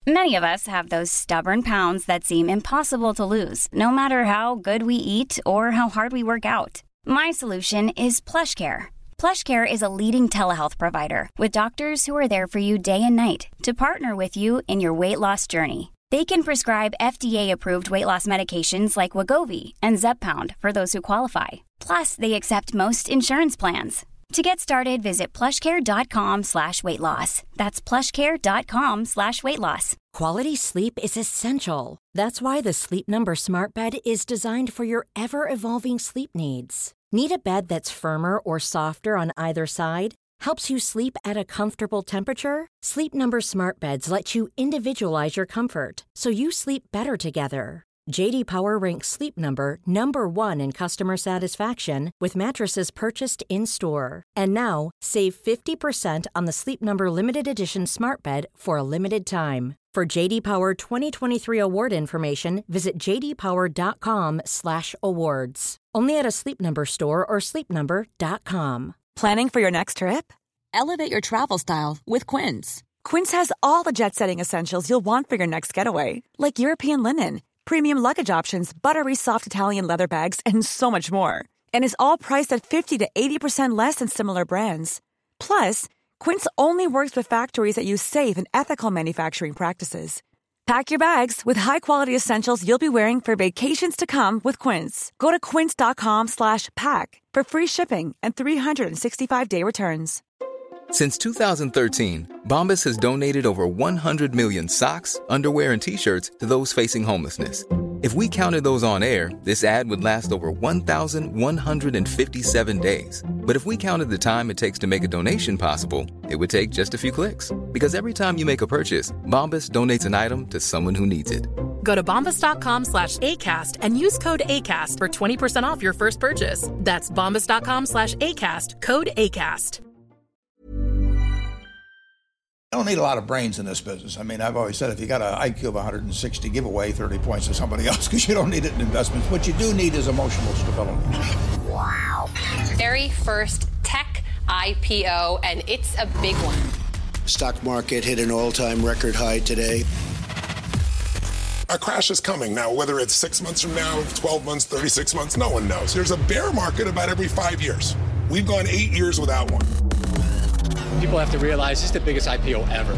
Many of us have those stubborn pounds that seem impossible to lose, no matter how good we eat or how hard we work out. My solution is PlushCare. PlushCare is a leading telehealth provider with doctors who are there for you day and night to partner with you in your weight loss journey. They can prescribe FDA-approved weight loss medications like Wegovy and Zepbound for those who qualify. Plus, they accept most insurance plans. To get started, visit plushcare.com/weightloss. That's plushcare.com/weightloss. Quality sleep is essential. That's why the Sleep Number Smart Bed is designed for your ever-evolving sleep needs. Need a bed that's firmer or softer on either side? Helps you sleep at a comfortable temperature? Sleep Number Smart Beds let you individualize your comfort, so you sleep better together. J.D. Power ranks Sleep Number #1 in customer satisfaction with mattresses purchased in-store. And now, save 50% on the Sleep Number Limited Edition Smart Bed for a limited time. For J.D. Power 2023 award information, visit jdpower.com/awards. Only at a Sleep Number store or sleepnumber.com. Planning for your next trip? Elevate your travel style with Quince. Quince has all the jet-setting essentials you'll want for your next getaway, like European linen, premium luggage options, buttery soft Italian leather bags, and so much more. And is all priced at 50 to 80% less than similar brands. Plus, Quince only works with factories that use safe and ethical manufacturing practices. Pack your bags with high-quality essentials you'll be wearing for vacations to come with Quince. Go to quince.com/pack for free shipping and 365-day returns. Since 2013, Bombas has donated over 100 million socks, underwear, and T-shirts to those facing homelessness. If we counted those on air, this ad would last over 1,157 days. But if we counted the time it takes to make a donation possible, it would take just a few clicks. Because every time you make a purchase, Bombas donates an item to someone who needs it. Go to bombas.com/ACAST and use code ACAST for 20% off your first purchase. That's bombas.com/ACAST, code ACAST. You don't need a lot of brains in this business. I mean, I've always said if you got an IQ of 160, give away 30 points to somebody else because you don't need it in investments. What you do need is emotional stability. Wow. Very first tech IPO, and it's a big one. Stock market hit an all-time record high today. A crash is coming. Now, whether it's 6 months from now, 12 months, 36 months, no one knows. There's a bear market about every 5 years. We've gone 8 years without one. People have to realize this is the biggest IPO ever.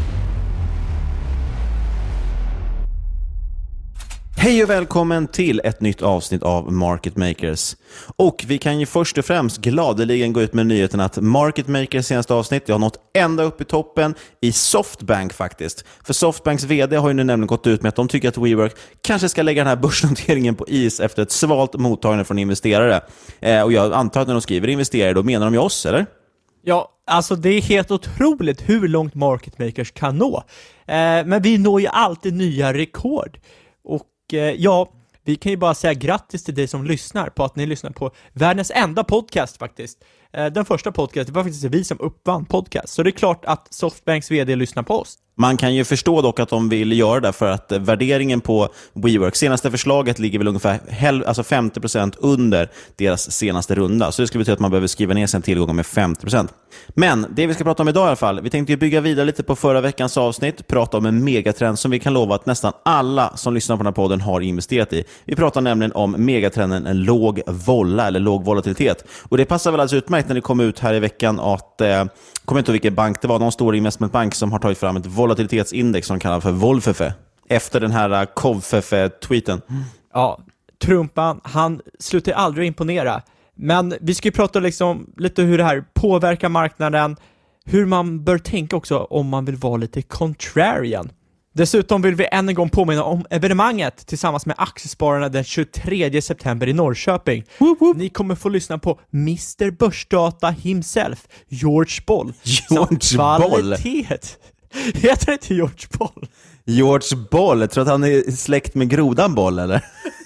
Hej och välkommen till ett nytt avsnitt av Market Makers. Och vi kan ju först och främst gladeligen gå ut med nyheten att Market Makers senaste avsnitt har nått ända upp i toppen i Softbank faktiskt. För Softbanks vd har ju nu nämligen gått ut med att de tycker att WeWork kanske ska lägga den här börsnoteringen på is efter ett svalt mottagande från investerare. Och jag antar att när de skriver investerare då menar de ju oss, eller? Ja, alltså det är helt otroligt hur långt Market Makers kan nå. Men vi når ju alltid nya rekord. Och ja, vi kan ju bara säga grattis till dig som lyssnar på att ni lyssnar på världens enda podcast faktiskt. Den första podcast, det var faktiskt vi som uppvann podcast. Så det är klart att Softbanks vd lyssnar på oss. Man kan ju förstå dock att de vill göra det för att värderingen på WeWork, senaste förslaget ligger väl ungefär 50% under deras senaste runda. Så det skulle betyda att man behöver skriva ner sin tillgång med 50%. Men det vi ska prata om idag i alla fall, vi tänkte ju bygga vidare lite på förra veckans avsnitt, prata om en megatrend som vi kan lova att nästan alla som lyssnar på den här podden har investerat i. Vi pratar nämligen om megatrenden en låg volla eller låg volatilitet. Och det passar väl alltså utmärkt när det kom ut här i veckan att kommer inte ihåg vilken bank det var, någon stor investmentbank som har tagit fram ett volatilitetsindex som kallas för Volfefe efter den här Kovfefe-tweeten. Ja, Trumpan, han slutar aldrig imponera. Men vi ska ju prata liksom lite hur det här påverkar marknaden, hur man bör tänka också om man vill vara lite contrarian. Dessutom vill vi än en gång påminna om evenemanget tillsammans med Aktiespararna den 23 september i Norrköping. Woop woop. Ni kommer få lyssna på Mr. Börsdata himself, George Boll. George Boll? Heter det inte George Boll? George Boll, jag tror att han är släkt med grodan Boll, eller?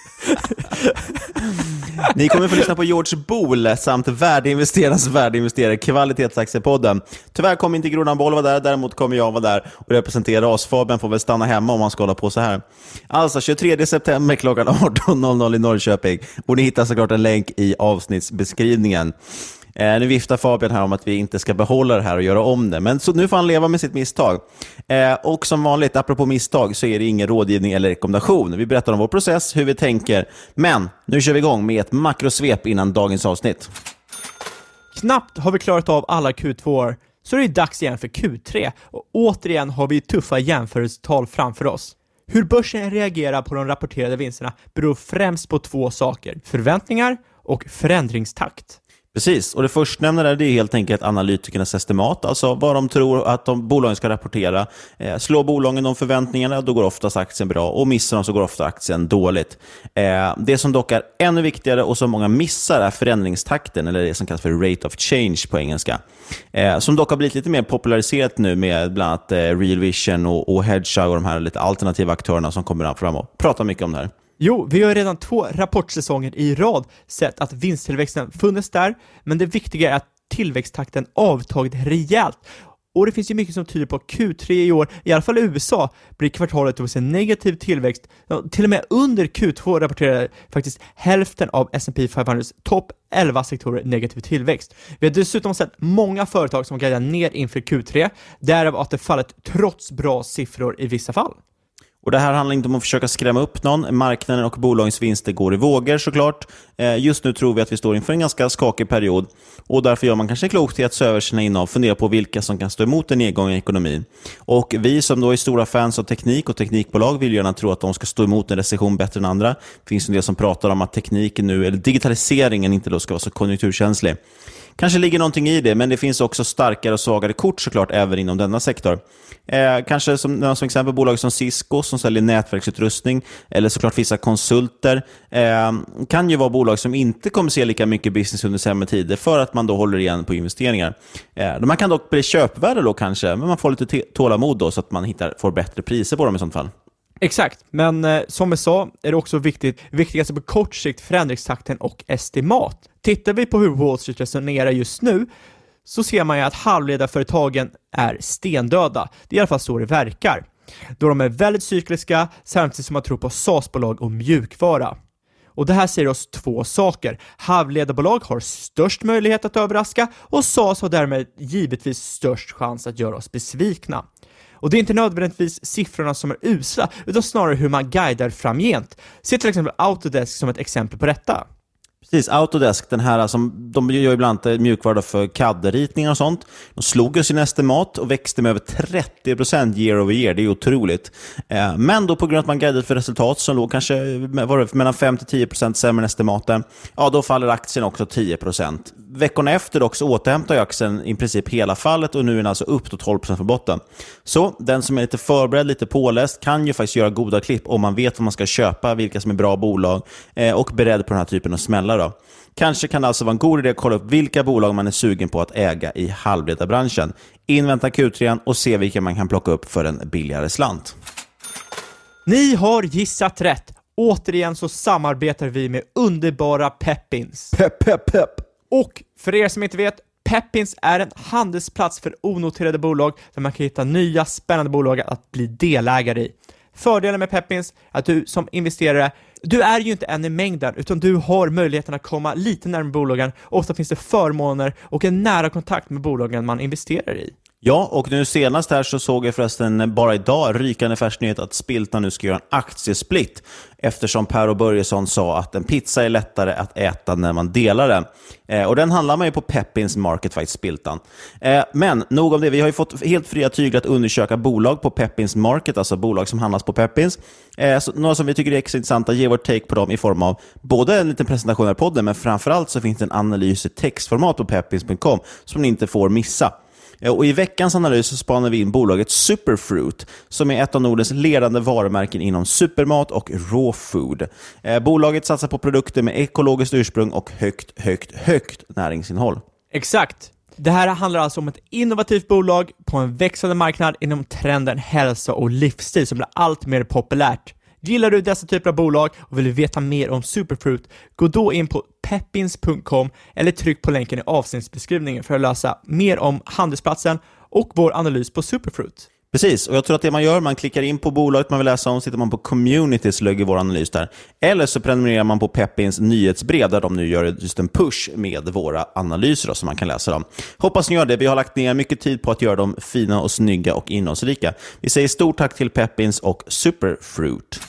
Ni kommer få lyssna på George Boll samt värdeinvesterare kvalitetsaktiepodden. Tyvärr kommer inte grodan Boll vara där, däremot kommer jag vara där och representera oss. Fabian får väl stanna hemma om man ska hålla på så här. Alltså 23 september klockan 18.00 i Norrköping. Och ni hittar såklart en länk i avsnittsbeskrivningen. Nu viftar Fabian här om att vi inte ska behålla det här och göra om det. Men så nu får han leva med sitt misstag. Och som vanligt, apropå misstag, så är det ingen rådgivning eller rekommendation. Vi berättar om vår process, hur vi tänker. Men nu kör vi igång med ett makrosvep innan dagens avsnitt. Knappt har vi klarat av alla Q2-år, så är det dags igen för Q3. Och återigen har vi tuffa jämförelsetal framför oss. Hur börsen reagerar på de rapporterade vinsterna beror främst på två saker. Förväntningar och förändringstakt. Precis, och det förstnämnda det är helt enkelt analytikernas estimat, alltså vad de tror att bolagen ska rapportera. Slår bolagen de förväntningarna, då går oftast aktien bra, och missar de så går ofta aktien dåligt. Det som dock är ännu viktigare och som många missar är förändringstakten, eller det som kallas för rate of change på engelska. Som dock har blivit lite mer populariserat nu med bland annat Real Vision och Hedgehog och de här lite alternativa aktörerna som kommer fram och pratar mycket om det här. Jo, vi har redan 2 rapportsäsonger i rad sett att vinsttillväxten funnits där, men det viktiga är att tillväxttakten avtagit rejält. Och det finns ju mycket som tyder på att Q3 i år, i alla fall i USA, blir kvartalet hos en negativ tillväxt. Till och med under Q2 rapporterade faktiskt hälften av S&P 500s topp 11 sektorer negativ tillväxt. Vi har dessutom sett många företag som guidar ner inför Q3, därav att det fallit trots bra siffror i vissa fall. Och det här handlar inte om att försöka skrämma upp någon. Marknaden och bolagens vinster går i vågor såklart. Just nu tror vi att vi står inför en ganska skakig period. Och därför gör man kanske klokt i att se över sina innehav och fundera på vilka som kan stå emot en nedgång i ekonomin. Och vi som då är stora fans av teknik och teknikbolag vill gärna tro att de ska stå emot en recession bättre än andra. Det finns en del som pratar om att tekniken nu, eller digitaliseringen inte då ska vara så konjunkturkänslig. Kanske ligger någonting i det, men det finns också starkare och svagare kort såklart även inom denna sektor. Kanske som exempel bolag som Cisco som säljer nätverksutrustning, eller såklart vissa konsulter, kan ju vara bolag som inte kommer se lika mycket business under sämre tider för att man då håller igen på investeringar. Man kan dock bli köpvärde då kanske, men man får lite tålamod då så att man får bättre priser på dem i sånt fall. Exakt, men som jag sa är det också viktigast på kort sikt förändringstakten och estimat. Tittar vi på hur Wall Street resonerar just nu så ser man ju att halvledarföretagen är stendöda. Det är i alla fall så det verkar. Då de är väldigt cykliska samtidigt som man tror på SaaS-bolag och mjukvara. Och det här säger oss 2 saker. Halvledarbolag har störst möjlighet att överraska och SaaS har därmed givetvis störst chans att göra oss besvikna. Och det är inte nödvändigtvis siffrorna som är usla, utan snarare hur man guidar framgent. Se till exempel Autodesk som ett exempel på detta. Precis, Autodesk, den här som de gör ibland mjukvara för CAD-ritningar och sånt. De slog ju sin estimat och växte med över 30% year over year. Det är otroligt. Men då på grund av att man guidade för resultat som låg kanske mellan 5-10% sämre än estimaten, ja då faller aktien också 10%. Veckorna efter också återhämtar aktien i princip hela fallet och nu är den alltså upp till 12% från botten. Så den som är lite förberedd, lite påläst kan ju faktiskt göra goda klipp om man vet vad man ska köpa, vilka som är bra bolag och beredd på den här typen av smällar då. Kanske kan det alltså vara en god idé att kolla upp vilka bolag man är sugen på att äga i halvledarbranschen. Invänta Q3 och se vilka man kan plocka upp för en billigare slant. Ni har gissat rätt. Återigen så samarbetar vi med underbara Pepins. Pepp. Och för er som inte vet, Pepins är en handelsplats för onoterade bolag där man kan hitta nya spännande bolag att bli delägare i. Fördelen med Pepins är att du som investerare, du är ju inte en i mängden utan du har möjligheten att komma lite närmare bolagen. Ofta finns det förmåner och en nära kontakt med bolagen man investerar i. Ja, och nu senast här så såg jag förresten bara idag rykande färsk nyhet att Spiltan nu ska göra en aktiesplit eftersom Per och Börjesson sa att en pizza är lättare att äta när man delar den. Och den handlar man ju på Pepins Market Fight Spiltan. Men nog om det, vi har ju fått helt fria tyglar att undersöka bolag på Pepins Market, alltså bolag som handlas på Pepins. Så några som vi tycker är extra intressanta, ge vår take på dem i form av både en liten presentation av podden, men framförallt så finns det en analys i textformat på pepins.com som ni inte får missa. Och i veckans analys så spanar vi in bolaget Superfruit som är ett av Nordens ledande varumärken inom supermat och raw food. Bolaget satsar på produkter med ekologiskt ursprung och högt näringsinnehåll. Exakt. Det här handlar alltså om ett innovativt bolag på en växande marknad inom trenden hälsa och livsstil som blir allt mer populärt. Gillar du dessa typer av bolag och vill veta mer om Superfruit, gå då in på pepins.com eller tryck på länken i avsnittsbeskrivningen för att läsa mer om handelsplatsen och vår analys på Superfruit. Precis, och jag tror att det man gör, man klickar in på bolaget man vill läsa om, sitter man på communities, lägger vår analys där. Eller så prenumererar man på Pepins nyhetsbrev där de nu gör just en push med våra analyser då, som man kan läsa dem. Hoppas ni gör det, vi har lagt ner mycket tid på att göra dem fina och snygga och innehållsrika. Vi säger stort tack till Pepins och Superfruit.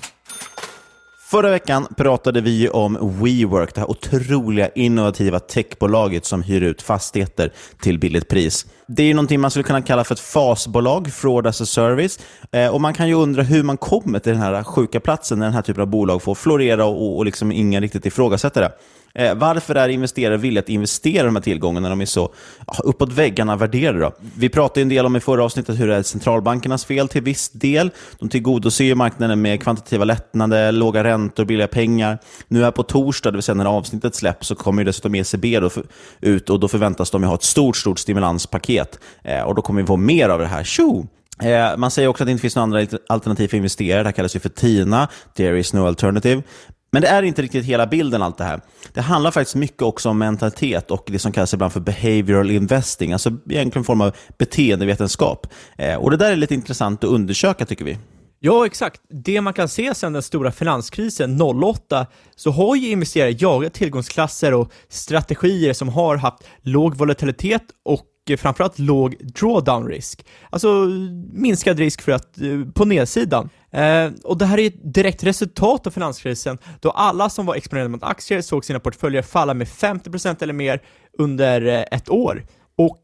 Förra veckan pratade vi om WeWork, det här otroliga innovativa techbolaget som hyr ut fastigheter till billigt pris. Det är ju någonting man skulle kunna kalla för ett fasbolag, fraud as a service. Och man kan ju undra hur man kommer till den här sjuka platsen när den här typen av bolag får florera och liksom ingen riktigt ifrågasätter det. Varför är investerare villiga att investera i de här tillgångarna när de är så uppåt väggarna värderade då? Vi pratade en del om i förra avsnittet hur det är centralbankernas fel till viss del. De tillgodoser marknaden med kvantitativa lättnader, låga räntor, billiga pengar. Nu är på torsdag, det vill säga när avsnittet släpps, så kommer ju dessutom ECB då ut och då förväntas de ha ett stort stimulanspaket. Och då kommer vi få mer av det här. Tjo! Man säger också att det inte finns några andra alternativ för investerare. Det här kallas ju för TINA, There is no alternative. Men det är inte riktigt hela bilden allt det här. Det handlar faktiskt mycket också om mentalitet och det som kallas ibland för behavioral investing, alltså egentligen en form av beteendevetenskap. Och det där är lite intressant att undersöka, tycker vi. Ja, exakt. Det man kan se sedan den stora finanskrisen 2008 så har ju investerare jagat tillgångsklasser och strategier som har haft låg volatilitet och framförallt låg drawdown risk. Alltså minskad risk för att på nedsidan. Och det här är ett direkt resultat av finanskrisen då alla som var exponerade mot aktier såg sina portföljer falla med 50% eller mer under ett år. Och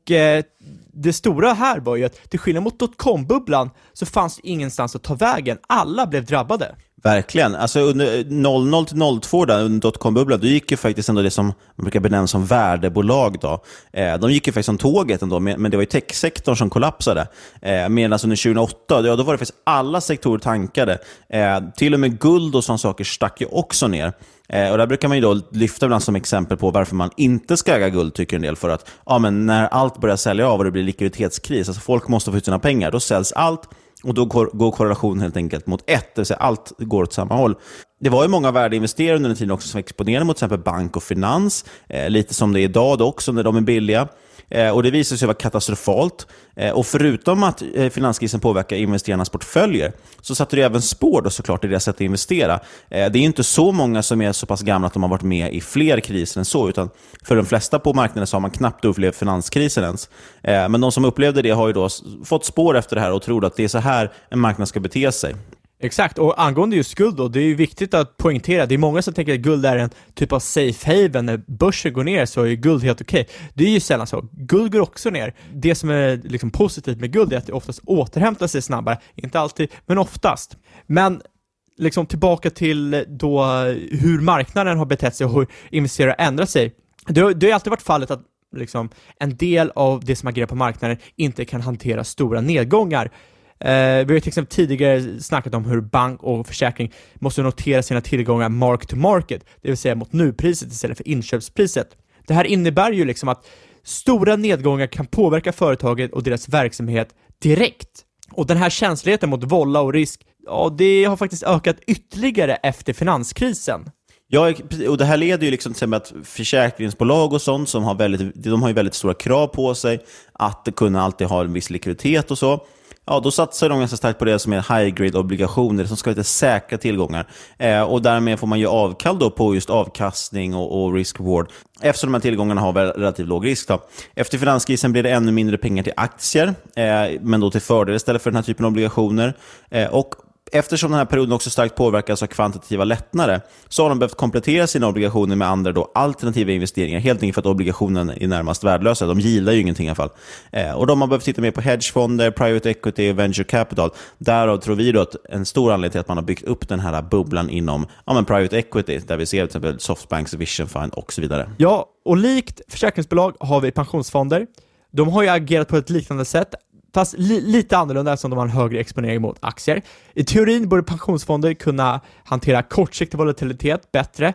det stora här var ju att till skillnad mot dotcom-bubblan så fanns det ingenstans att ta vägen. Alla blev drabbade. Verkligen. Alltså under 00 till 02 där under dotcom-bubblan, då gick ju faktiskt ändå det som man brukar benämna som värdebolag då. De gick ju faktiskt som tåget ändå, men det var ju techsektorn som kollapsade. Medan under 2008, då var det faktiskt alla sektorer tankade. Till och med guld och sådana saker stack ju också ner. Och där brukar man ju då lyfta ibland som exempel på varför man inte ska äga guld, tycker en del, för att men när allt börjar sälja av och det blir likviditetskris, alltså folk måste få ut sina pengar, då säljs allt. Och då går korrelationen helt enkelt mot ett, det vill säga allt går åt samma håll. Det var ju många värdeinvesterare under den tiden också som exponerade mot till exempel bank och finans, lite som det är idag då också när de är billiga. Och det visade sig vara katastrofalt. Och förutom att finanskrisen påverkar investerarnas portföljer så satte det även spår då såklart i deras sätt att investera. Det är inte så många som är så pass gamla att de har varit med i fler kriser än så, utan för de flesta på marknaden så har man knappt upplevt finanskrisen ens. Men de som upplevde det har ju då fått spår efter det här och tror att det är så här en marknad ska bete sig. Exakt, och angående just guld då, det är ju viktigt att poängtera, det är många som tänker att guld är en typ av safe haven, när börsen går ner så är guld helt okej. Det är ju sällan så, guld går också ner. Det som är liksom positivt med guld är att det oftast återhämtar sig snabbare, inte alltid, men oftast. Men liksom tillbaka till då hur marknaden har betett sig och hur investerare ändrar sig. Det har alltid varit fallet att liksom en del av det som agerar på marknaden inte kan hantera stora nedgångar. Vi har till exempel tidigare snackat om hur bank och försäkring måste notera sina tillgångar mark to market, det vill säga mot nupriset istället för inköpspriset. Det här innebär ju liksom att stora nedgångar kan påverka företaget och deras verksamhet direkt. Och den här känsligheten mot volla och risk, det har faktiskt ökat ytterligare efter finanskrisen. Ja, och det här leder ju liksom till att försäkringsbolag och sånt som de har ju väldigt stora krav på sig att kunna alltid ha en viss likviditet och så. Ja, då satsar de ganska starkt på det som är high-grade-obligationer som ska vara lite säkra tillgångar. Och därmed får man ju avkall då på just avkastning och risk-reward eftersom de här tillgångarna har relativt låg risk då. Efter finanskrisen blir det ännu mindre pengar till aktier, men då till fördel istället för den här typen av obligationer. Och eftersom den här perioden också starkt påverkas av kvantitativa lättnader så har de behövt komplettera sina obligationer med andra då alternativa investeringar, helt enkelt för att obligationen är närmast värdelösa. De gillar ju ingenting i alla fall. Och de har behövt titta mer på hedgefonder, private equity och venture capital. Därav tror vi då att en stor anledning till att man har byggt upp den här bubblan inom private equity, där vi ser till exempel Softbanks Vision Fund och så vidare. Ja, och likt försäkringsbolag har vi pensionsfonder. De har ju agerat på ett liknande sätt, fast lite annorlunda eftersom de har en högre exponering mot aktier. I teorin borde pensionsfonder kunna hantera kortsiktig volatilitet bättre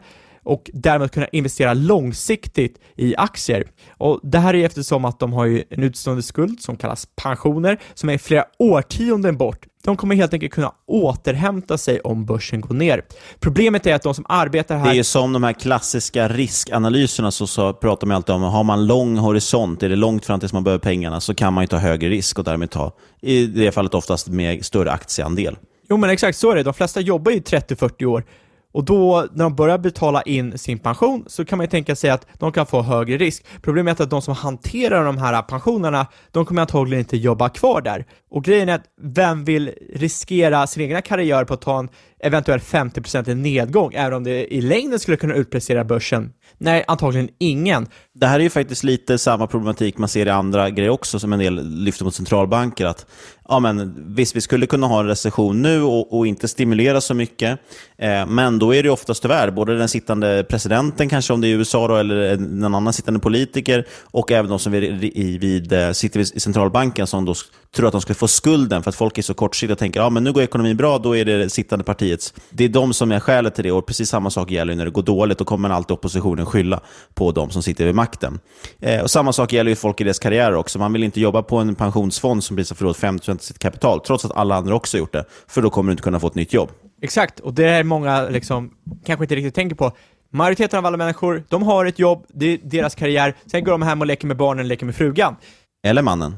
och därmed kunna investera långsiktigt i aktier. Och det här är eftersom att de har ju en utstående skuld som kallas pensioner som är flera årtionden bort. De kommer helt enkelt kunna återhämta sig om börsen går ner. Problemet är att de som arbetar här... Det är ju som de här klassiska riskanalyserna så pratar man alltid om. Har man lång horisont, är det långt fram tills man behöver pengarna, så kan man ju ta högre risk och därmed ta, i det fallet oftast med större aktieandel. Jo, men exakt så är det. De flesta jobbar ju 30-40 år. Och då när de börjar betala in sin pension så kan man ju tänka sig att de kan få högre risk. Problemet är att de som hanterar de här pensionerna, de kommer antagligen inte jobba kvar där. Och grejen är att vem vill riskera sin egna karriär på att ta en eventuell 50% nedgång, även om det i längden skulle kunna utprestera börsen? Nej, antagligen ingen. Det här är ju faktiskt lite samma problematik man ser i andra grejer också, som en del lyfter mot centralbanker, att ja, men visst, vi skulle kunna ha en recession nu och inte stimulera så mycket, men då är det oftast tyvärr både den sittande presidenten, kanske om det är i USA då, eller någon annan sittande politiker, och även de som sitter i centralbanken som då tror att de ska få skulden för att folk är så kortsiktiga och tänker ja, men nu går ekonomin bra, då är det sittande partiets. Det är de som är skälet till det, och precis samma sak gäller när det går dåligt, och kommer alltid oppositionen skylla på de som sitter vid makten. Och samma sak gäller ju folk i deras karriär också. Man vill inte jobba på en pensionsfond som precis har förlorat 50% av sitt kapital, trots att alla andra också gjort det, för då kommer du inte kunna få ett nytt jobb. Exakt, och det är många kanske inte riktigt tänker på. Majoriteten av alla människor, de har ett jobb, det är deras karriär, sen går de hem och leker med barnen, leker med frugan. Eller mannen.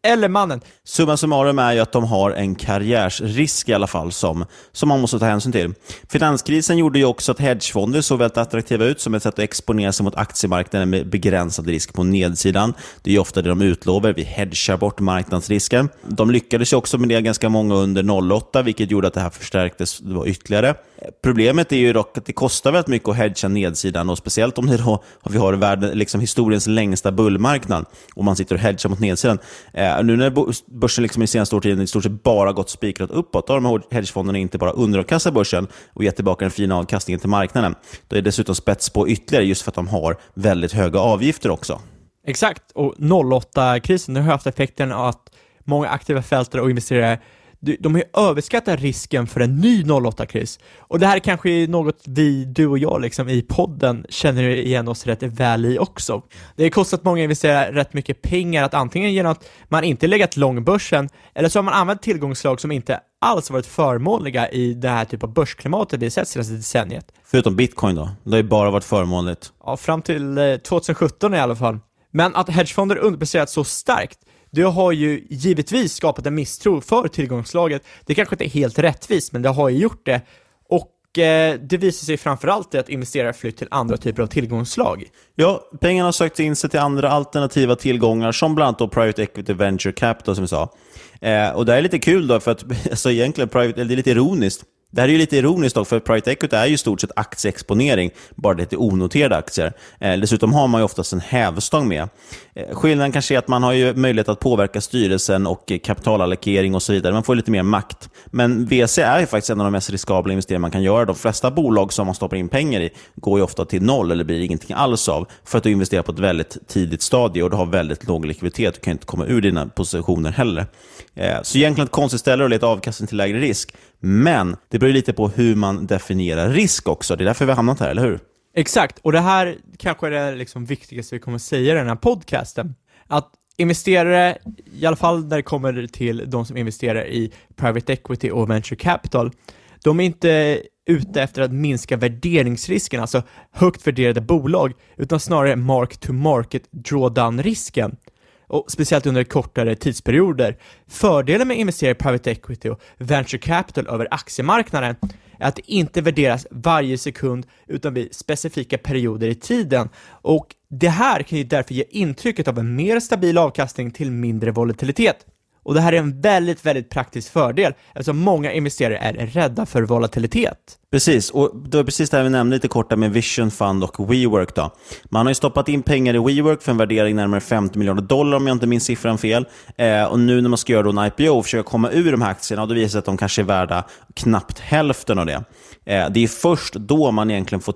Summa summarum är ju att de har en karriärsrisk i alla fall som man måste ta hänsyn till. Finanskrisen gjorde ju också att hedgefonder såg väldigt attraktiva ut som ett sätt att exponera sig mot aktiemarknaden med begränsad risk på nedsidan. Det är ju ofta det de utlovar, vi hedgar bort marknadsrisken. De lyckades ju också med det ganska många under 08, vilket gjorde att det här förstärktes ytterligare. Problemet är ju dock att det kostar väldigt mycket att hedga nedsidan, och speciellt om det då vi har historiens längsta bullmarknad och man sitter och hedgar mot nedsidan. Nu när börsen i senaste årtiden i stort sett bara gått spikrat uppåt, då har de här hedgefonderna inte bara underavkastat börsen och gett tillbaka den fina avkastningen till marknaden. Då är det dessutom spets på ytterligare, just för att de har väldigt höga avgifter också. Exakt, och 08-krisen har haft effekten att många aktiva fältare och investerare, de har överskattat risken för en ny 08-kris. Och det här kanske är något du och jag i podden känner igen oss rätt väl i också. Det har kostat många investerare rätt mycket pengar, att antingen genom att man inte legat lång börsen, eller så har man använt tillgångslag som inte alls varit förmånliga i det här typ av börsklimatet vi sett senaste decenniet. Förutom bitcoin då? Det har ju bara varit förmånligt. Ja, fram till 2017 i alla fall. Men att hedgefonder underpresterat så starkt, det har ju givetvis skapat en misstro för tillgångslaget. Det kanske inte är helt rättvist, men det har ju gjort det. Och det visar sig framförallt att investerare flytt till andra typer av tillgångslag. Ja, pengarna har sökt in sig till andra alternativa tillgångar, som bland annat då private equity, venture capital, som vi sa. Och det är lite kul då, för att alltså egentligen det är lite ironiskt. Det här är ju lite ironiskt dock, för private equity är ju stort sett aktieexponering, bara det är onoterade aktier. Dessutom har man ju oftast en hävstång med. Skillnaden kanske är att man har ju möjlighet att påverka styrelsen och kapitalallokering och så vidare. Man får lite mer makt. Men VC är ju faktiskt en av de mest riskabla investeringar man kan göra. De flesta bolag som man stoppar in pengar i går ju ofta till noll eller blir ingenting alls av, för att du investerar på ett väldigt tidigt stadie och du har väldigt låg likviditet. Du kan inte komma ur dina positioner heller. Så egentligen ett konstigt ställe att leta avkastning till lägre risk. Men det beror lite på hur man definierar risk också. Det är därför vi har hamnat här, eller hur? Exakt, och det här kanske är det viktigaste vi kommer att säga i den här podcasten. Att investerare, i alla fall när det kommer till de som investerar i private equity och venture capital, de är inte ute efter att minska värderingsrisken, alltså högt värderade bolag, utan snarare mark-to-market drawdown-risken. Och speciellt under kortare tidsperioder. Fördelen med att investera i private equity och venture capital över aktiemarknaden är att det inte värderas varje sekund utan vid specifika perioder i tiden. Och det här kan ju därför ge intrycket av en mer stabil avkastning till mindre volatilitet. Och det här är en väldigt, väldigt praktisk fördel, eftersom många investerare är rädda för volatilitet. Precis, och det var precis det här vi nämnde lite korta med Vision Fund och WeWork då. Man har ju stoppat in pengar i WeWork för en värdering närmare $50 miljarder om jag inte minns siffran fel. Och nu när man ska göra en IPO och försöka komma ur de här aktierna, då visar det sig att de kanske är värda knappt hälften av det. Det är först då man egentligen får ta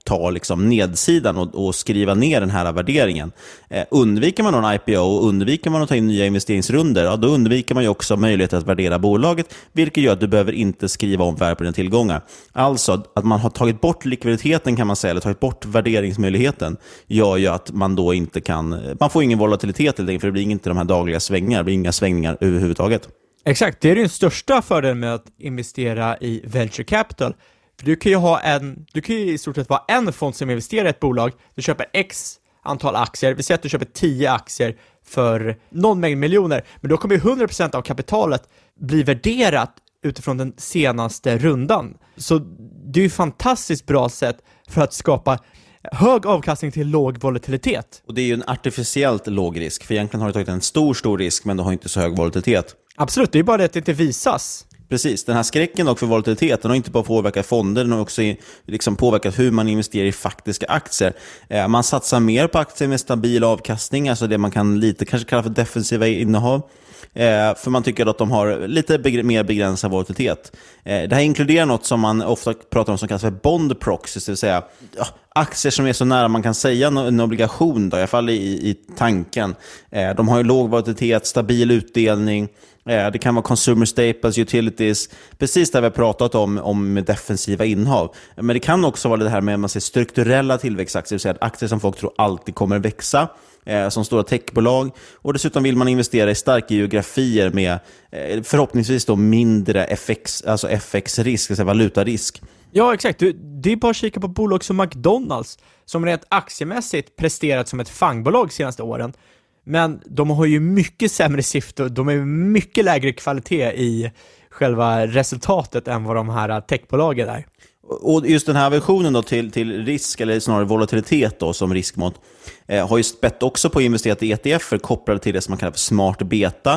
ta liksom nedsidan och skriva ner den här värderingen. Undviker man någon IPO och undviker man att ta in nya investeringsrunder, ja, då undviker man ju också möjligheten att värdera bolaget, vilket gör att du behöver inte skriva om värde på dina tillgångar. Alltså att man har tagit bort likviditeten, kan man säga, eller tagit bort värderingsmöjligheten, gör ju att man då inte kan, man får ingen volatilitet helt enkelt, för det blir inte de här dagliga svängningar, det blir inga svängningar överhuvudtaget. Exakt, det är den största fördelen med att investera i venture capital. För du kan ju i stort sett vara en fond som investerar i ett bolag. Du köper x antal aktier. Vi säger att du köper 10 aktier för någon mängd miljoner. Men då kommer ju 100% av kapitalet bli värderat utifrån den senaste rundan. Så det är ju ett fantastiskt bra sätt för att skapa hög avkastning till låg volatilitet. Och det är ju en artificiellt låg risk. För egentligen har du tagit en stor risk, men du har inte så hög volatilitet. Absolut, det är bara det att det inte visas. Precis, den här skräcken och för volatiliteten har inte bara påverkat fonder, den har också liksom påverkat hur man investerar i faktiska aktier. Man satsar mer på aktier med stabil avkastning, alltså det man kan lite kanske kalla för defensiva innehav. För man tycker att de har lite mer begränsad volatilitet. Det här inkluderar något som man ofta pratar om som kallas för bond proxies, det vill säga aktier som är så nära man kan säga en obligation, då, i alla fall i tanken. De har ju låg volatilitet, stabil utdelning. Det kan vara consumer staples, utilities, precis det vi har pratat om med defensiva innehav. Men det kan också vara det här med man säger strukturella tillväxtaktier, det vill säga aktier som folk tror alltid kommer växa, som stora techbolag. Och dessutom vill man investera i starka geografier med förhoppningsvis då mindre FX-risk, alltså valutarisk. Ja, exakt. Det är bara att kika på bolag som McDonald's, som rent aktiemässigt presterat som ett fangbolag de senaste åren. Men de har ju mycket sämre syfte och de är mycket lägre kvalitet i själva resultatet än vad de här techbolagen är. Och just den här versionen då till risk, eller snarare volatilitet då, som riskmått, har ju spett också på investerat i ETFer kopplade till det som man kallar för smart beta,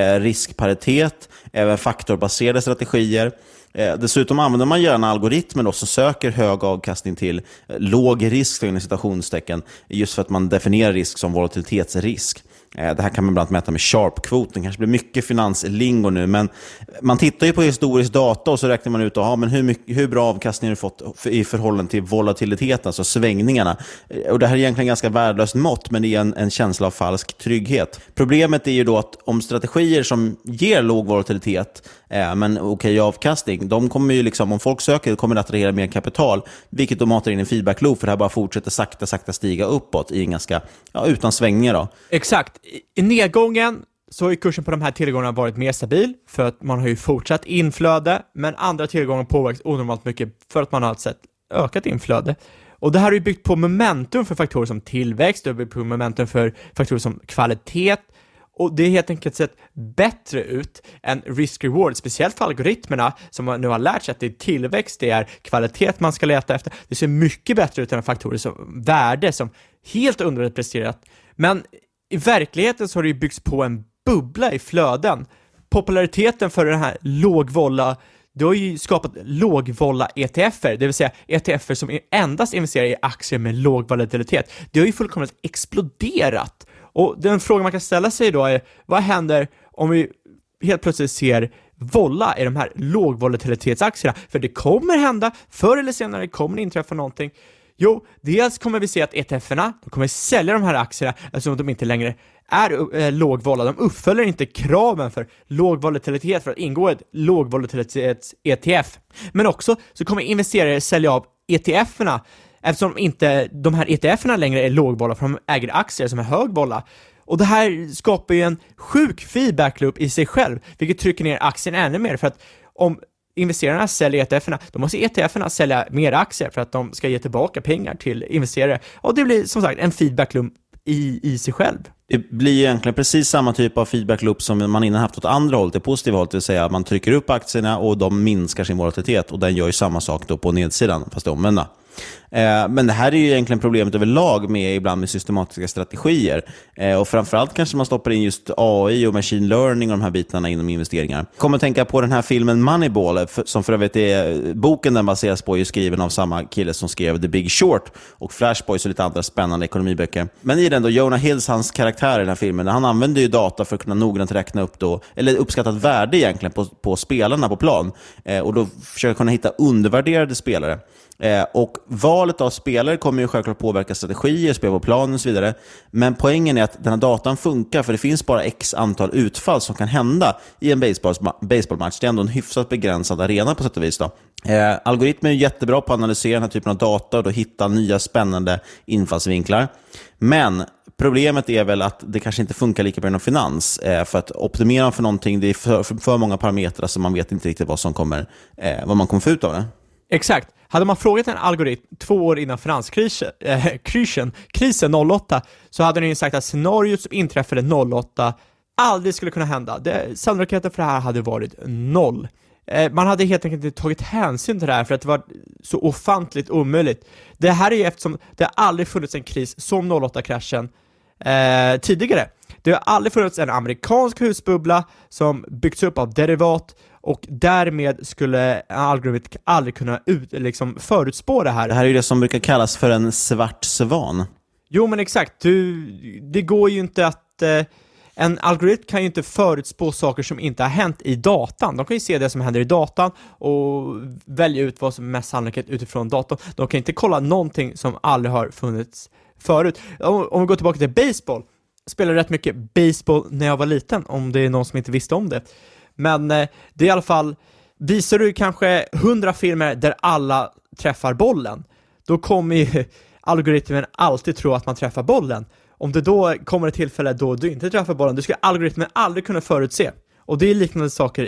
riskparitet, även faktorbaserade strategier. Dessutom använder man gärna algoritmer då som söker hög avkastning till låg risk, för citationstecken, just för att man definierar risk som volatilitetsrisk. Det här kan man bland annat mäta med Sharp-kvoten. Kanske blir mycket finanslingo nu, men man tittar ju på historisk data och så räknar man ut men hur bra avkastning har du fått i förhållande till volatiliteten, alltså svängningarna. Och det här är egentligen ganska värdelöst mått, men det är en känsla av falsk trygghet. Problemet är ju då att om strategier som ger låg volatilitet men okej avkastning, de kommer ju liksom, om folk söker, kommer att attrahera mer kapital, vilket då matar in en feedback loop, för det här bara fortsätter sakta stiga uppåt i en ganska, utan svängningar då. Exakt. I nedgången så har ju kursen på de här tillgångarna varit mer stabil, för att man har ju fortsatt inflöde, men andra tillgångar påverkas onormalt mycket för att man har sett ökat inflöde. Och det här har ju byggt på momentum för faktorer som tillväxt, det har byggt på momentum för faktorer som kvalitet, och det är helt enkelt sett bättre ut än risk-reward, speciellt för algoritmerna som man nu har lärt sig att det är tillväxt, det är kvalitet man ska leta efter. Det ser mycket bättre ut än faktorer som värde som helt underpresterat. Men i verkligheten så har det ju byggts på en bubbla i flöden. Populariteten för den här lågvolla, det har ju skapat lågvolla ETFer, det vill säga ETFer som endast investerar i aktier med låg volatilitet. Det har ju fullkomligt exploderat. Och den frågan man kan ställa sig då är, vad händer om vi helt plötsligt ser volla i de här lågvolatilitetsaktierna? För det kommer hända, förr eller senare kommer det inträffa någonting. Jo, dels kommer vi se att ETFerna, de kommer sälja de här aktierna eftersom de inte längre är lågvolla. De uppfyller inte kraven för låg volatilitet för att ingå ett lågvolatilitets-ETF. Men också så kommer investerare sälja av ETFerna eftersom inte de här ETFerna längre är lågvolla, för de äger aktier som är högvolla. Och det här skapar ju en sjuk feedback loop i sig själv, vilket trycker ner aktien ännu mer, för att om investerarna säljer ETFerna, då måste ETFerna sälja mer aktier för att de ska ge tillbaka pengar till investerare. Och det blir som sagt en feedback loop i sig själv. Det blir egentligen precis samma typ av feedback loop som man innan haft åt andra hållet, det positiva hållet, det vill säga att man trycker upp aktierna och de minskar sin volatilitet, och den gör ju samma sak då på nedsidan, fast det omvända. Men det här är ju egentligen problemet överlag med ibland med systematiska strategier, och framförallt kanske man stoppar in just AI och machine learning och de här bitarna inom investeringar. Jag kommer att tänka på den här filmen Moneyball, som för övrigt är boken den baseras på, är skriven av samma kille som skrev The Big Short och Flash Boys och lite andra spännande ekonomiböcker. Men i den då, Jonah Hills, hans karaktär karaktär i den här filmen. Han använder ju data för att kunna noggrant räkna upp då, eller uppskattat värde egentligen på spelarna på plan. Och då försöker kunna hitta undervärderade spelare. Och valet av spelare kommer ju självklart påverka strategier, spel på planen och så vidare. Men poängen är att den här datan funkar, för det finns bara x antal utfall som kan hända i en baseballmatch. Det är ändå en hyfsat begränsad arena på sätt och vis då. Algoritmer är jättebra på att analysera den här typen av data och då hitta nya spännande infallsvinklar. Men problemet är väl att det kanske inte funkar lika bra inom finans. För att optimera för någonting, det är för många parametrar som man vet inte riktigt vad man kommer få ut av det. Exakt. Hade man frågat en algoritm 2 år innan krisen 08, så hade den ju sagt att scenariot som inträffade 08 aldrig skulle kunna hända. Sannolikheten för det här hade varit 0. Man hade helt enkelt inte tagit hänsyn till det här för att det var så ofantligt omöjligt. Det här är ju eftersom det har aldrig funnits en kris som 08-kraschen tidigare. Det har aldrig funnits en amerikansk husbubbla som byggts upp av derivat, och därmed skulle en algoritm aldrig kunna förutspå det här. Det här är ju det som brukar kallas för en svart svan. Jo, men exakt. Det går ju inte att... En algoritm kan ju inte förutspå saker som inte har hänt i datan. De kan ju se det som händer i datan och välja ut vad som är mest sannolikt utifrån datorn. De kan inte kolla någonting som aldrig har funnits förut. Om vi går tillbaka till baseball. Jag spelade rätt mycket baseball när jag var liten, om det är någon som inte visste om det. Men det är i alla fall, visar du kanske 100 filmer där alla träffar bollen, då kommer ju algoritmen alltid tro att man träffar bollen. Om det då kommer ett tillfälle då du inte träffar bollen, då ska algoritmen aldrig kunna förutse. Och det är liknande saker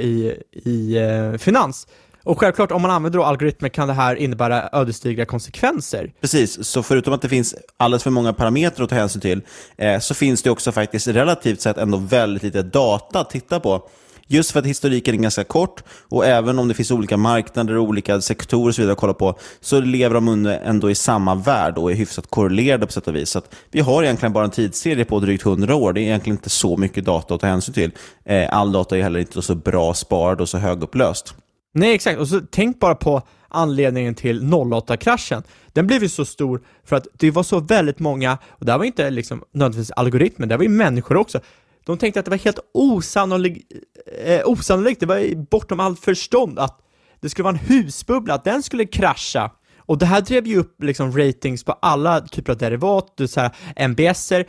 i finans. Och självklart, om man använder då algoritmer kan det här innebära ödesdigra konsekvenser. Precis, så förutom att det finns alldeles för många parametrar att ta hänsyn till, så finns det också faktiskt relativt sett ändå väldigt lite data att titta på. Just för att historiken är ganska kort, och även om det finns olika marknader och olika sektorer och så vidare att kolla på, så lever de ändå i samma värld och är hyfsat korrelerade på sätt och vis. Så att vi har egentligen bara en tidsserie på drygt 100 år. Det är egentligen inte så mycket data att ta hänsyn till. All data är heller inte så bra sparad och så högupplöst. Nej, exakt. Och så tänk bara på anledningen till 08-kraschen. Den blev ju så stor för att det var så väldigt många, och det var inte nödvändigtvis algoritmer, det var ju människor också. De tänkte att det var helt osannolikt, det var bortom allt förstånd att det skulle vara en husbubbla, att den skulle krascha. Och det här drev ju upp ratings på alla typer av derivat, så här MBSer,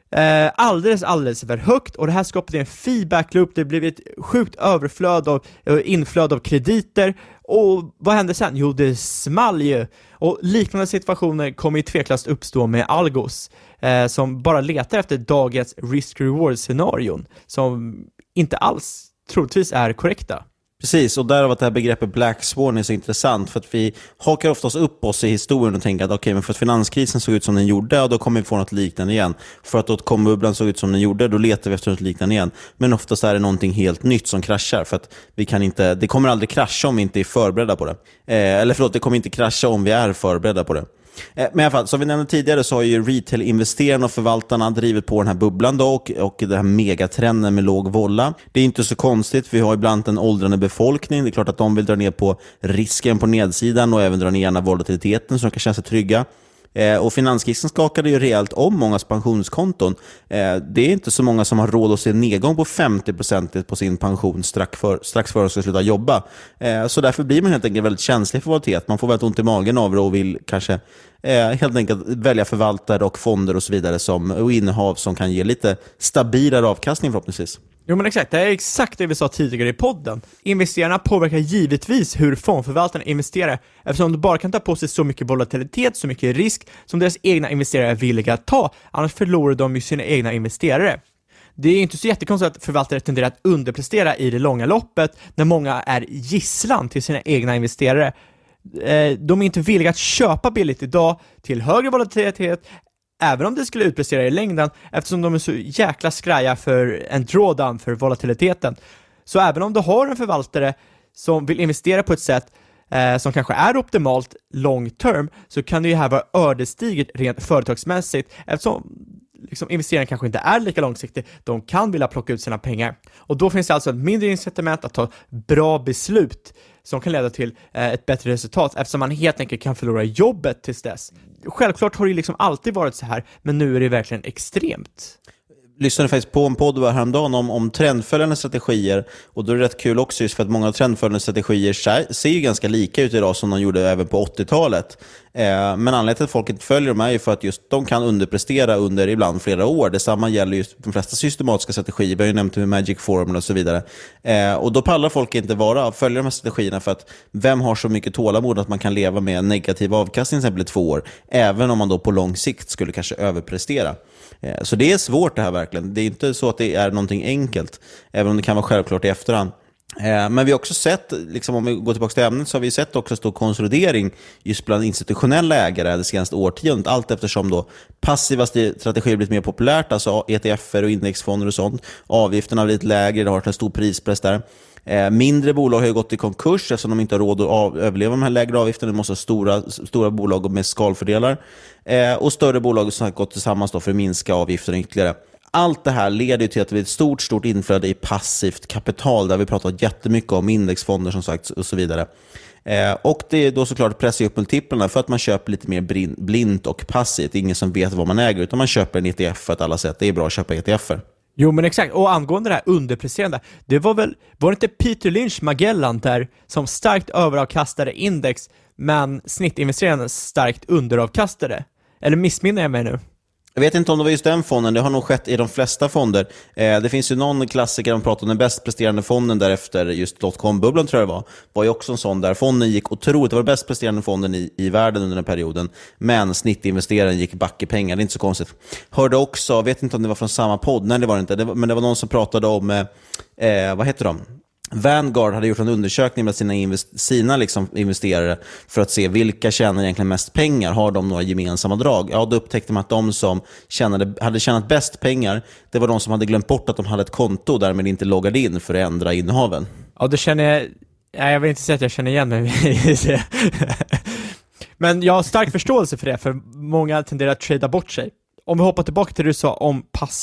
alldeles för högt, och det här skapade en feedback loop. Det blev ett sjukt överflöd av inflöd av krediter, och vad hände sen? Jo, det small ju. Och liknande situationer kommer ju tveklöst uppstå med algos som bara letar efter dagens risk-reward-scenarion som inte alls troligtvis är korrekta. Precis, och därav att det här begreppet Black Swan är så intressant, för att vi hakar oftast upp oss i historien och tänker att okej, men för att finanskrisen såg ut som den gjorde, och då kommer vi få något liknande igen. För att dotcom-bubblan såg ut som den gjorde, då letar vi efter något liknande igen. Men oftast är det någonting helt nytt som kraschar, för att vi kan inte, det kommer aldrig krascha om vi inte är förberedda på det. Det kommer inte krascha om vi är förberedda på det. Men i alla fall, som vi nämnde tidigare, så har ju retail-investerarna och förvaltarna drivit på den här bubblan då, och den här megatrenden med låg volla. Det är inte så konstigt, vi har ibland en åldrande befolkning. Det är klart att de vill dra ner på risken på nedsidan och även dra ner den volatiliteten så de kan känna sig trygga. Och finanskrisen skakade ju rejält om mångas pensionskonton. Det är inte så många som har råd att se en nedgång på 50% på sin pension strax före de ska sluta jobba. Så därför blir man helt enkelt väldigt känslig för volatilitet. Man får väldigt ont i magen av det och vill kanske helt enkelt välja förvaltare och fonder och så vidare och innehav som kan ge lite stabilare avkastning förhoppningsvis. Jo, men exakt. Det är exakt det vi sa tidigare i podden. Investerarna påverkar givetvis hur fondförvaltarna investerar, eftersom de bara kan ta på sig så mycket volatilitet, så mycket risk som deras egna investerare är villiga att ta. Annars förlorar de ju sina egna investerare. Det är inte så jättekonstigt att förvaltare tenderar att underprestera i det långa loppet när många är gisslan till sina egna investerare. De är inte villiga att köpa billigt idag till högre volatilitet, även om det skulle utprestera i längden, eftersom de är så jäkla skraja för en drawdown för volatiliteten. Så även om du har en förvaltare som vill investera på ett sätt som kanske är optimalt long term, så kan det ju här vara ödesdigert rent företagsmässigt, eftersom investeringen kanske inte är lika långsiktig. De kan vilja plocka ut sina pengar. Och då finns det alltså ett mindre incitament att ta bra beslut som kan leda till ett bättre resultat, eftersom man helt enkelt kan förlora jobbet tills dess. Självklart har det alltid varit så här, men nu är det verkligen extremt. lyssnade faktiskt på en podd häromdagen om trendföljande strategier, och då är det rätt kul också just för att många av trendföljande strategier ser ju ganska lika ut idag som de gjorde även på 80-talet. Men anledningen till att folk inte följer dem är ju för att just de kan underprestera under ibland flera år. Detsamma gäller just de flesta systematiska strategier. Vi har ju nämnt med Magic Formula och så vidare. Och då pallar folk inte följa de här strategierna, för att vem har så mycket tålamod att man kan leva med en negativ avkastning till exempel i 2 år, även om man då på lång sikt skulle kanske överprestera. Så det är svårt det här verkligen. Det är inte så att det är någonting enkelt, även om det kan vara självklart i efterhand. Men vi har också sett, liksom, om vi går tillbaka till ämnet, så har vi sett också stor konsolidering just bland institutionella ägare det senaste årtiondet, allt eftersom då passiva strategier blivit mer populärt, alltså ETFer och indexfonder och sånt. Avgifterna har blivit lägre, det har varit en stor prispress där. Mindre bolag har ju gått i konkurs eftersom de inte har råd att överleva de här lägre avgifterna. De måste ha stora bolag med skalfördelar. Och större bolag som har gått tillsammans då för att minska avgifterna ytterligare. Allt det här leder till att det blir ett stort inflöde i passivt kapital, där vi pratat jättemycket om indexfonder som sagt och så vidare. Och det är då såklart pressar upp multiplarna för att man köper lite mer blint och passivt. Det är ingen som vet vad man äger, utan man köper en ETF för att alla sätt. Det är bra att köpa ETFer. Jo, men exakt. Och angående det här underpresterande, var det inte Peter Lynch Magellan där som starkt överavkastade index, men snittinvesteraren starkt underavkastade? Eller missminner jag mig nu? Jag vet inte om det var just den fonden, det har nog skett i de flesta fonder. Det finns ju någon klassiker som pratar om den bäst presterande fonden därefter, just .com-bubblan tror jag det var ju också en sån där fonden gick otroligt, det var den bäst presterande fonden i världen under den perioden, men snittinvesteraren gick back i pengar, det är inte så konstigt. Hörde också, vet inte om det var från samma podd, nej det var det inte, men det var någon som pratade om, vad heter de? Vanguard hade gjort en undersökning med sina liksom investerare för att se vilka tjänar egentligen mest pengar. Har de några gemensamma drag? Ja, då upptäckte man att de som hade tjänat bäst pengar, det var de som hade glömt bort att de hade ett konto och därmed inte loggade in för att ändra innehaven. Ja, det känner jag... Nej, jag vill inte säga att jag känner igen mig. Men jag har stark förståelse för det, för många tenderar att trada bort sig. Om vi hoppar tillbaka till det du sa om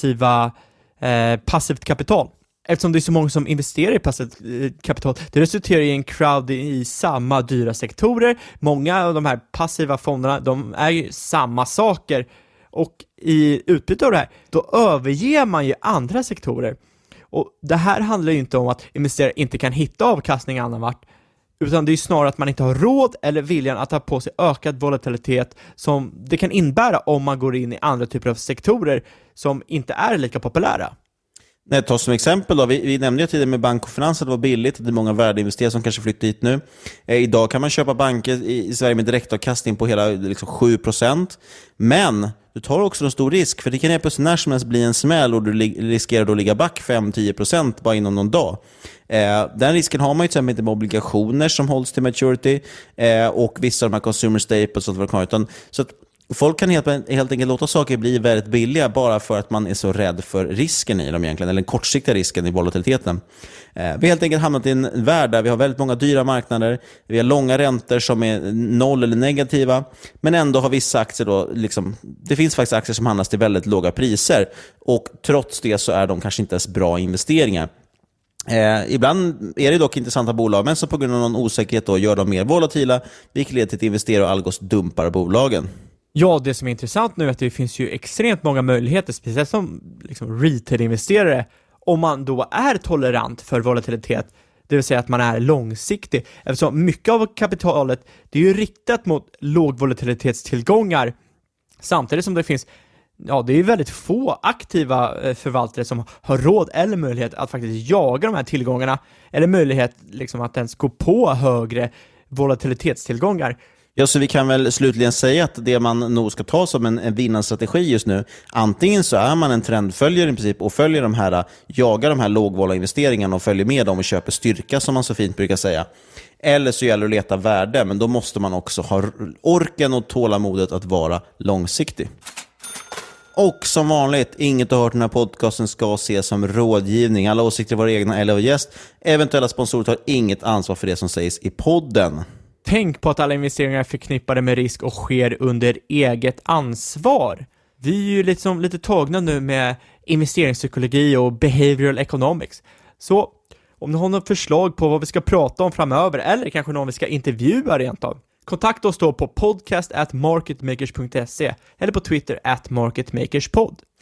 passivt kapital. Eftersom det är så många som investerar i passivt kapital, det resulterar i en crowd i samma dyra sektorer. Många av de här passiva fonderna, de är ju samma saker. Och i utbyte av det här, då överger man ju andra sektorer. Och det här handlar ju inte om att investerare inte kan hitta avkastning annan vart, utan det är snarare att man inte har råd eller viljan att ta på sig ökad volatilitet som det kan innebära om man går in i andra typer av sektorer som inte är lika populära. Nej, ta som exempel då, vi nämnde ju tidigare med bank och finans att det var billigt, det är många värdeinvesterare som kanske flyttar hit nu. Idag kan man köpa banker i Sverige med direktavkastning på hela liksom 7%, men du tar också en stor risk, för det kan helt plötsligt när som helst bli en smäll och du riskerar då att ligga back 5-10% bara inom någon dag. Den risken har man ju till exempel inte med obligationer som hålls till maturity och vissa av de här consumer staples och sånt, utan så att folk kan helt enkelt låta saker bli väldigt billiga bara för att man är så rädd för risken i dem egentligen, eller den kortsiktiga risken i volatiliteten. Vi har helt enkelt hamnat i en värld där vi har väldigt många dyra marknader, vi har långa räntor som är noll eller negativa, men ändå har vissa aktier då, liksom, det finns faktiskt aktier som handlas till väldigt låga priser, och trots det så är de kanske inte ens bra investeringar. Ibland är det dock intressanta bolag, men så på grund av någon osäkerhet då gör de mer volatila, vilket leder till att investerare och Algos dumpar bolagen. Ja, det som är intressant nu är att det finns ju extremt många möjligheter, speciellt som liksom retail-investerare, om man då är tolerant för volatilitet, det vill säga att man är långsiktig. Eftersom mycket av kapitalet, det är ju riktat mot lågvolatilitetstillgångar, samtidigt som det finns, ja, det är ju väldigt få aktiva förvaltare som har råd eller möjlighet att faktiskt jaga de här tillgångarna, eller möjlighet liksom att ens gå på högre volatilitetstillgångar. Ja, så vi kan väl slutligen säga att det man nog ska ta som en vinnarstrategi just nu, antingen så är man en trendföljare i princip och följer de här, jagar de här lågvola investeringarna och följer med dem och köper styrka som man så fint brukar säga. Eller så gäller det att leta värde, men då måste man också ha orken och tålamodet att vara långsiktig. Och som vanligt, inget du har hört den här podcasten ska ses som rådgivning. Alla åsikter var egna eller av gäst. Eventuella sponsorer tar inget ansvar för det som sägs i podden. Tänk på att alla investeringar är förknippade med risk och sker under eget ansvar. Vi är ju lite tagna nu med investeringspsykologi och behavioral economics. Så om ni har något förslag på vad vi ska prata om framöver, eller kanske någon vi ska intervjua rent av, kontakta oss då på podcast@marketmakers.se eller på Twitter @marketmakerspod.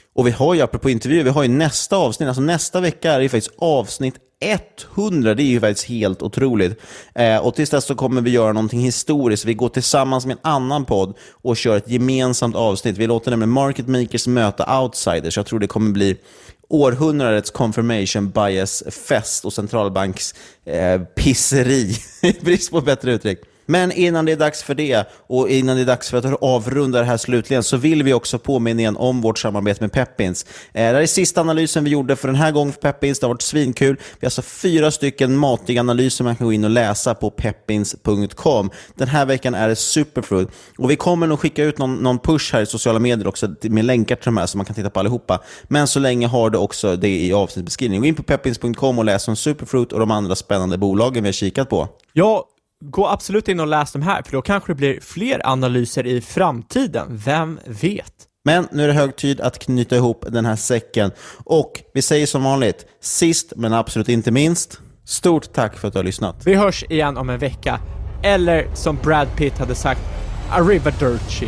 Och vi har ju, apropå intervjuer, vi har ju nästa avsnitt, alltså nästa vecka är det faktiskt avsnitt 100, det är ju faktiskt helt otroligt. Och tills dess så kommer vi göra någonting historiskt. Vi går tillsammans med en annan podd och kör ett gemensamt avsnitt. Vi låter nämligen Market Makers möta outsiders. Jag tror det kommer bli århundradets confirmation bias fest och centralbanks pisseri, brist på bättre uttryck. Men innan det är dags för det och innan det är dags för att avrunda det här slutligen så vill vi också påminna igen om vårt samarbete med Pepins. Det här är sista analysen vi gjorde för den här gången för Pepins. Det har varit svinkul. Vi har alltså 4 stycken matiga analyser man kan gå in och läsa på peppins.com. Den här veckan är det superfruit. Och vi kommer nog skicka ut någon push här i sociala medier också med länkar till de här så man kan titta på allihopa. Men så länge har du också det i avsnittbeskrivningen. Gå in på peppins.com och läs om superfruit och de andra spännande bolagen vi har kikat på. Ja, gå absolut in och läs dem här, för då kanske det blir fler analyser i framtiden. Vem vet? Men nu är det hög tid att knyta ihop den här säcken. Och vi säger som vanligt, sist men absolut inte minst, stort tack för att du har lyssnat. Vi hörs igen om en vecka. Eller som Brad Pitt hade sagt, arrivederci.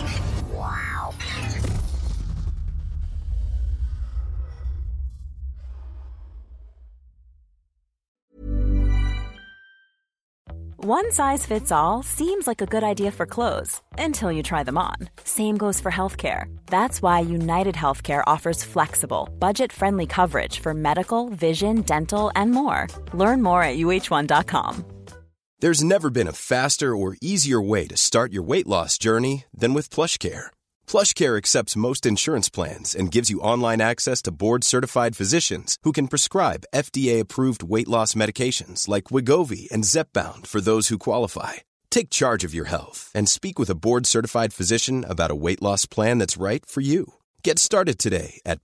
One size fits all seems like a good idea for clothes until you try them on. Same goes for healthcare. That's why United Healthcare offers flexible, budget-friendly coverage for medical, vision, dental, and more. Learn more at uh1.com. There's never been a faster or easier way to start your weight loss journey than with PlushCare. PlushCare accepts most insurance plans and gives you online access to board-certified physicians who can prescribe FDA-approved weight loss medications like Wegovy and Zepbound for those who qualify. Take charge of your health and speak with a board-certified physician about a weight loss plan that's right for you. Get started today at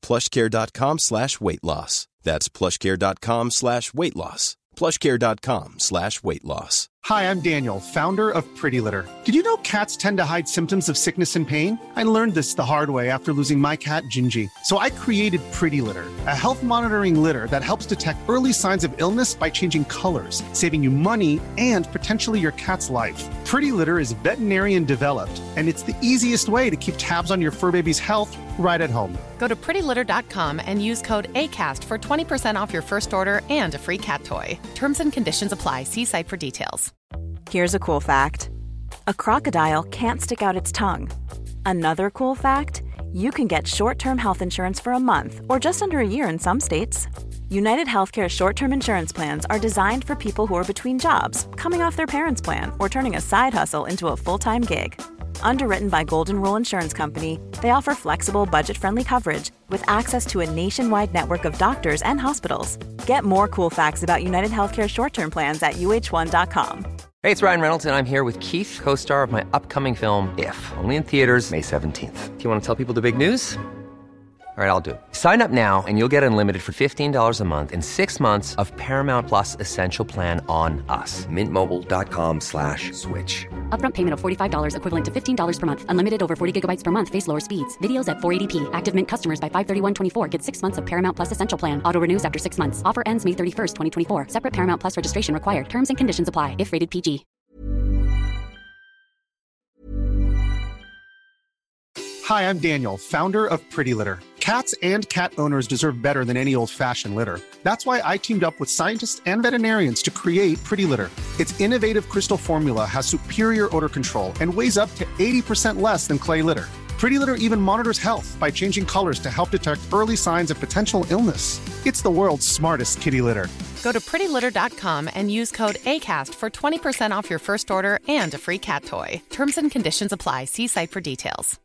plushcare.com/weightloss. That's plushcare.com/weightloss. plushcare.com/weightloss. Hi, I'm Daniel, founder of Pretty Litter. Did you know cats tend to hide symptoms of sickness and pain? I learned this the hard way after losing my cat, Gingy. So I created Pretty Litter, a health monitoring litter that helps detect early signs of illness by changing colors, saving you money and potentially your cat's life. Pretty Litter is veterinarian developed, and it's the easiest way to keep tabs on your fur baby's health right at home. Go to prettylitter.com and use code ACAST for 20% off your first order and a free cat toy. Terms and conditions apply. See site for details. Here's a cool fact. A crocodile can't stick out its tongue. Another cool fact, you can get short-term health insurance for a month or just under a year in some states. United Healthcare short-term insurance plans are designed for people who are between jobs, coming off their parents' plan, or turning a side hustle into a full-time gig. Underwritten by Golden Rule Insurance Company, they offer flexible, budget-friendly coverage with access to a nationwide network of doctors and hospitals. Get more cool facts about United Healthcare short-term plans at uh1.com. Hey, it's Ryan Reynolds, and I'm here with Keith, co-star of my upcoming film, If, only in theaters May 17th. Do you want to tell people the big news? All right, I'll do it. Sign up now and you'll get unlimited for $15 a month and 6 months of Paramount Plus Essential Plan on us. MintMobile.com/switch. Upfront payment of $45 equivalent to $15 per month. Unlimited over 40 gigabytes per month. Face lower speeds. Videos at 480p. Active Mint customers by 531.24 get 6 months of Paramount Plus Essential Plan. Auto renews after 6 months. Offer ends May 31st, 2024. Separate Paramount Plus registration required. Terms and conditions apply if rated PG. Hi, I'm Daniel, founder of Pretty Litter. Cats and cat owners deserve better than any old-fashioned litter. That's why I teamed up with scientists and veterinarians to create Pretty Litter. Its innovative crystal formula has superior odor control and weighs up to 80% less than clay litter. Pretty Litter even monitors health by changing colors to help detect early signs of potential illness. It's the world's smartest kitty litter. Go to prettylitter.com and use code ACAST for 20% off your first order and a free cat toy. Terms and conditions apply. See site for details.